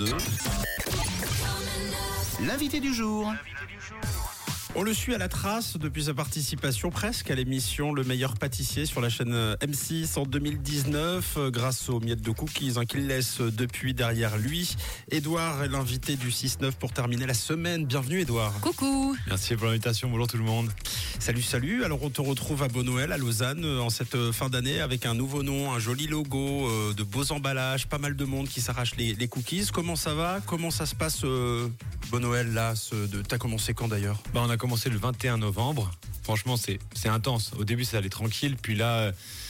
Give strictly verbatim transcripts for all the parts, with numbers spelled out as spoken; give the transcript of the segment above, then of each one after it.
deux. L'invité du jour. On le suit à la trace depuis sa participation presque à l'émission Le meilleur pâtissier sur la chaîne M six en deux mille dix-neuf grâce aux miettes de cookies hein, qu'il laisse depuis derrière lui. Édouard est l'invité du six neuf pour terminer la semaine. Bienvenue Édouard. Coucou. Merci pour l'invitation, bonjour tout le monde. Salut, salut. Alors on te retrouve à Beau Noël à Lausanne en cette fin d'année avec un nouveau nom, un joli logo, euh, de beaux emballages, pas mal de monde qui s'arrache les, les cookies. Comment ça va ? Comment ça se passe euh, Beau Noël là ce, de, T'as commencé quand d'ailleurs ? Bah, on a commencé le vingt et un novembre. Franchement, c'est, c'est intense. Au début, ça allait tranquille. Puis là,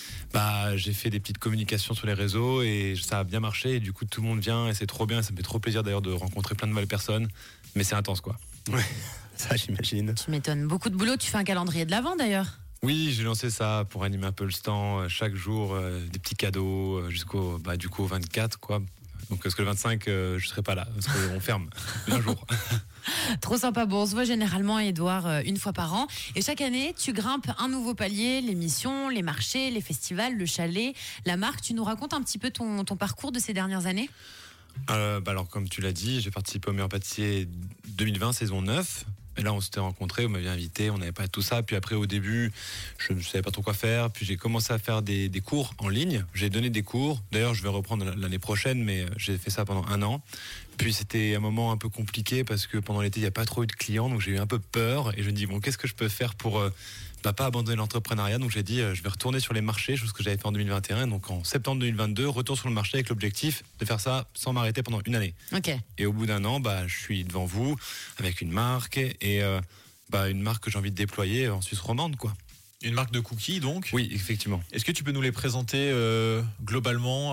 bah, j'ai fait des petites communications sur les réseaux et ça a bien marché. Et du coup, tout le monde vient et c'est trop bien. Ça me fait trop plaisir d'ailleurs de rencontrer plein de nouvelles personnes. Mais c'est intense, quoi. Ouais, ça j'imagine. Tu m'étonnes. Beaucoup de boulot. Tu fais un calendrier de l'Avent d'ailleurs. Oui, j'ai lancé ça pour animer un peu le stand. Chaque jour, euh, des petits cadeaux euh, jusqu'au bah, du coup, au vingt-quatre, quoi. Donc, parce que le vingt-cinq, euh, je serai pas là. Parce qu'on ferme un jour. Trop sympa. Bon, on se voit généralement, Édouard, une fois par an. Et chaque année, tu grimpes un nouveau palier, l'émission, les marchés, les festivals, le chalet, la marque. Tu nous racontes un petit peu ton, ton parcours de ces dernières années ? euh, bah Alors, comme tu l'as dit, j'ai participé au meilleur pâtissier deux mille vingt, saison neuf. Et là, on s'était rencontrés, on m'avait invité, on n'avait pas tout ça. Puis après, au début, je ne savais pas trop quoi faire. Puis j'ai commencé à faire des, des cours en ligne. J'ai donné des cours. D'ailleurs, je vais reprendre l'année prochaine, mais j'ai fait ça pendant un an. Puis c'était un moment un peu compliqué parce que pendant l'été, il n'y a pas trop eu de clients. Donc j'ai eu un peu peur. Et je me dis, bon, qu'est-ce que je peux faire pour euh, bah, pas abandonner l'entrepreneuriat ? Donc j'ai dit, euh, je vais retourner sur les marchés, chose que j'avais fait en deux mille vingt et un. Donc en septembre deux mille vingt-deux, retour sur le marché avec l'objectif de faire ça sans m'arrêter pendant une année. Ok. Et au bout d'un an, bah, je suis devant vous avec une marque et euh, bah, une marque que j'ai envie de déployer en Suisse romande, quoi. Une marque de cookies, donc ? Oui, effectivement. Est-ce que tu peux nous les présenter euh, globalement ?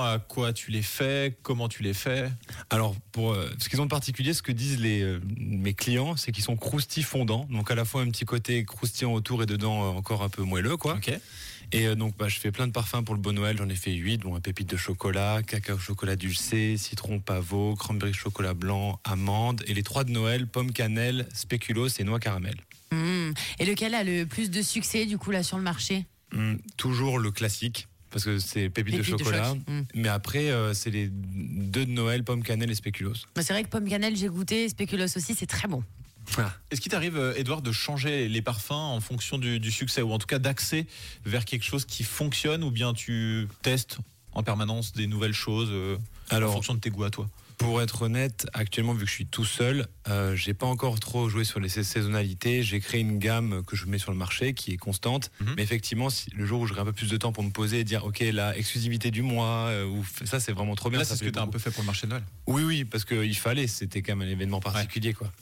À quoi tu les fais ? Comment tu les fais ? Alors, pour euh, ce qu'ils ont de particulier, ce que disent les, euh, mes clients, c'est qu'ils sont croustilles fondants. Donc, à la fois un petit côté croustillant autour et dedans euh, encore un peu moelleux, quoi. Ok. Et euh, donc, bah, je fais plein de parfums pour le Beau Noël. J'en ai fait huit, dont un pépite de chocolat, cacao chocolat dulcé, citron pavot, cranberry chocolat blanc, amande. Et les trois de Noël, pomme cannelle, spéculoos et noix caramel. Mmh. Et lequel a le plus de succès, du coup, là, sur le marché ? Mmh, toujours le classique. Parce que c'est pépite, Pépite de de chocolat. choc. Mmh. Mais après, euh, c'est les deux de Noël, pomme cannelle et spéculoos. C'est vrai que pomme cannelle, j'ai goûté, spéculoos aussi, c'est très bon. Ah. Est-ce qu'il t'arrive, Édouard, de changer les parfums en fonction du, du succès, ou en tout cas d'axer vers quelque chose qui fonctionne, ou bien tu testes en permanence des nouvelles choses euh, Alors, en fonction de tes goûts à toi ? Pour être honnête, actuellement, vu que je suis tout seul, euh, j'ai pas encore trop joué sur les saisonnalités. J'ai créé une gamme que je mets sur le marché qui est constante. Mm-hmm. Mais effectivement, si, le jour où j'aurai un peu plus de temps pour me poser et dire, ok, la exclusivité du mois, euh, ou, ça c'est vraiment trop bien. Là, ça c'est ce que tu as un peu fait pour le marché de Noël. Oui, oui, parce qu'il fallait. C'était quand même un événement particulier, ouais. quoi.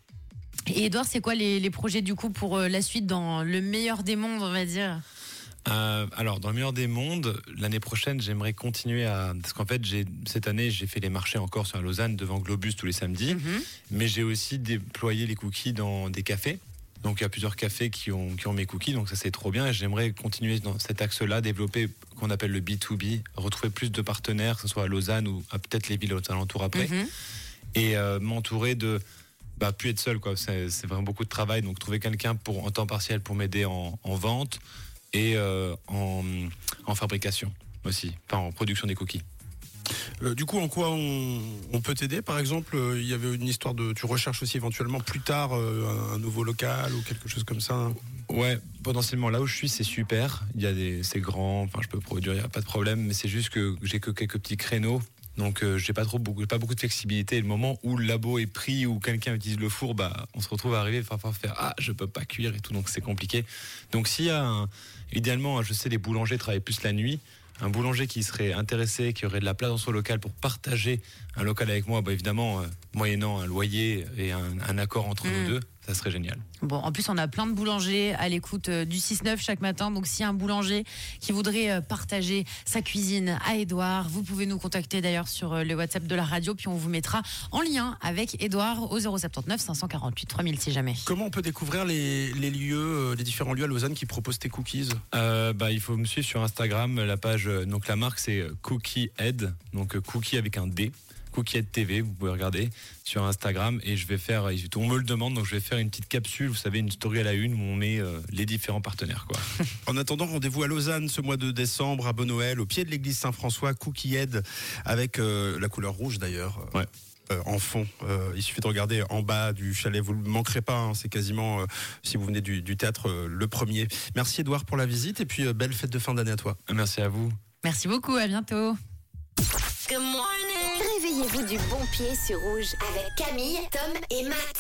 Et Édouard, c'est quoi les, les projets du coup pour la suite dans le meilleur des mondes, on va dire ? Euh, alors, dans le meilleur des mondes, l'année prochaine, j'aimerais continuer à... Parce qu'en fait, j'ai, cette année, j'ai fait les marchés encore sur Lausanne devant Globus tous les samedis. Mm-hmm. Mais j'ai aussi déployé les cookies dans des cafés. Donc, il y a plusieurs cafés qui ont, qui ont mes cookies. Donc, ça, c'est trop bien. Et j'aimerais continuer dans cet axe-là, développer qu'on appelle le B deux B, retrouver plus de partenaires, que ce soit à Lausanne ou à peut-être les villes aux alentours après. Mm-hmm. Et euh, m'entourer de... Bah, plus être seul, quoi. C'est, c'est vraiment beaucoup de travail. Donc, trouver quelqu'un pour, en temps partiel pour m'aider en, en vente et euh, en, en fabrication aussi, enfin en production des cookies. Euh, du coup, en quoi on, on peut t'aider ? Par exemple, euh, il y avait une histoire de... Tu recherches aussi éventuellement plus tard euh, un, un nouveau local ou quelque chose comme ça ? Ouais, potentiellement là où je suis, c'est super. Il y a des, c'est grand, enfin je peux produire, il n'y a pas de problème, mais c'est juste que j'ai que quelques petits créneaux. Donc euh, j'ai pas trop beaucoup, pas beaucoup de flexibilité. Et le moment où le labo est pris ou quelqu'un utilise le four, bah on se retrouve à arriver à faire ah je peux pas cuire et tout, donc c'est compliqué. Donc s'il y a un, idéalement, je sais les boulangers travaillent plus la nuit. Un boulanger qui serait intéressé, qui aurait de la place dans son local pour partager un local avec moi, bah évidemment, euh, moyennant un loyer et un, un accord entre mmh. nous deux, ça serait génial. Bon, en plus, on a plein de boulangers à l'écoute euh, du six neuf chaque matin. Donc, s'il y a un boulanger qui voudrait euh, partager sa cuisine à Édouard, vous pouvez nous contacter d'ailleurs sur euh, le WhatsApp de la radio. Puis, on vous mettra en lien avec Édouard au zéro sept neuf cinq cent quarante-huit trois mille si jamais. Comment on peut découvrir les, les lieux, les différents lieux à Lausanne qui proposent tes cookies ? euh, bah, Il faut me suivre sur Instagram. La page, donc la marque, c'est Cookie Head. Donc, cookie avec un D. Cookie Head T V, vous pouvez regarder sur Instagram et je vais faire, on me le demande, donc je vais faire une petite capsule, vous savez, une story à la une où on met euh, les différents partenaires, quoi. En attendant, rendez-vous à Lausanne ce mois de décembre, à Beau Noël, au pied de l'église Saint-François, Cookie Head, avec euh, la couleur rouge d'ailleurs. Ouais. euh, en fond. Euh, il suffit de regarder en bas du chalet, vous ne le manquerez pas. Hein, c'est quasiment, euh, si vous venez du, du théâtre, euh, le premier. Merci Édouard pour la visite et puis euh, belle fête de fin d'année à toi. Merci à vous. Merci beaucoup, à bientôt. Réveillez-vous du bon pied sur Rouge avec Camille, Tom et Matt.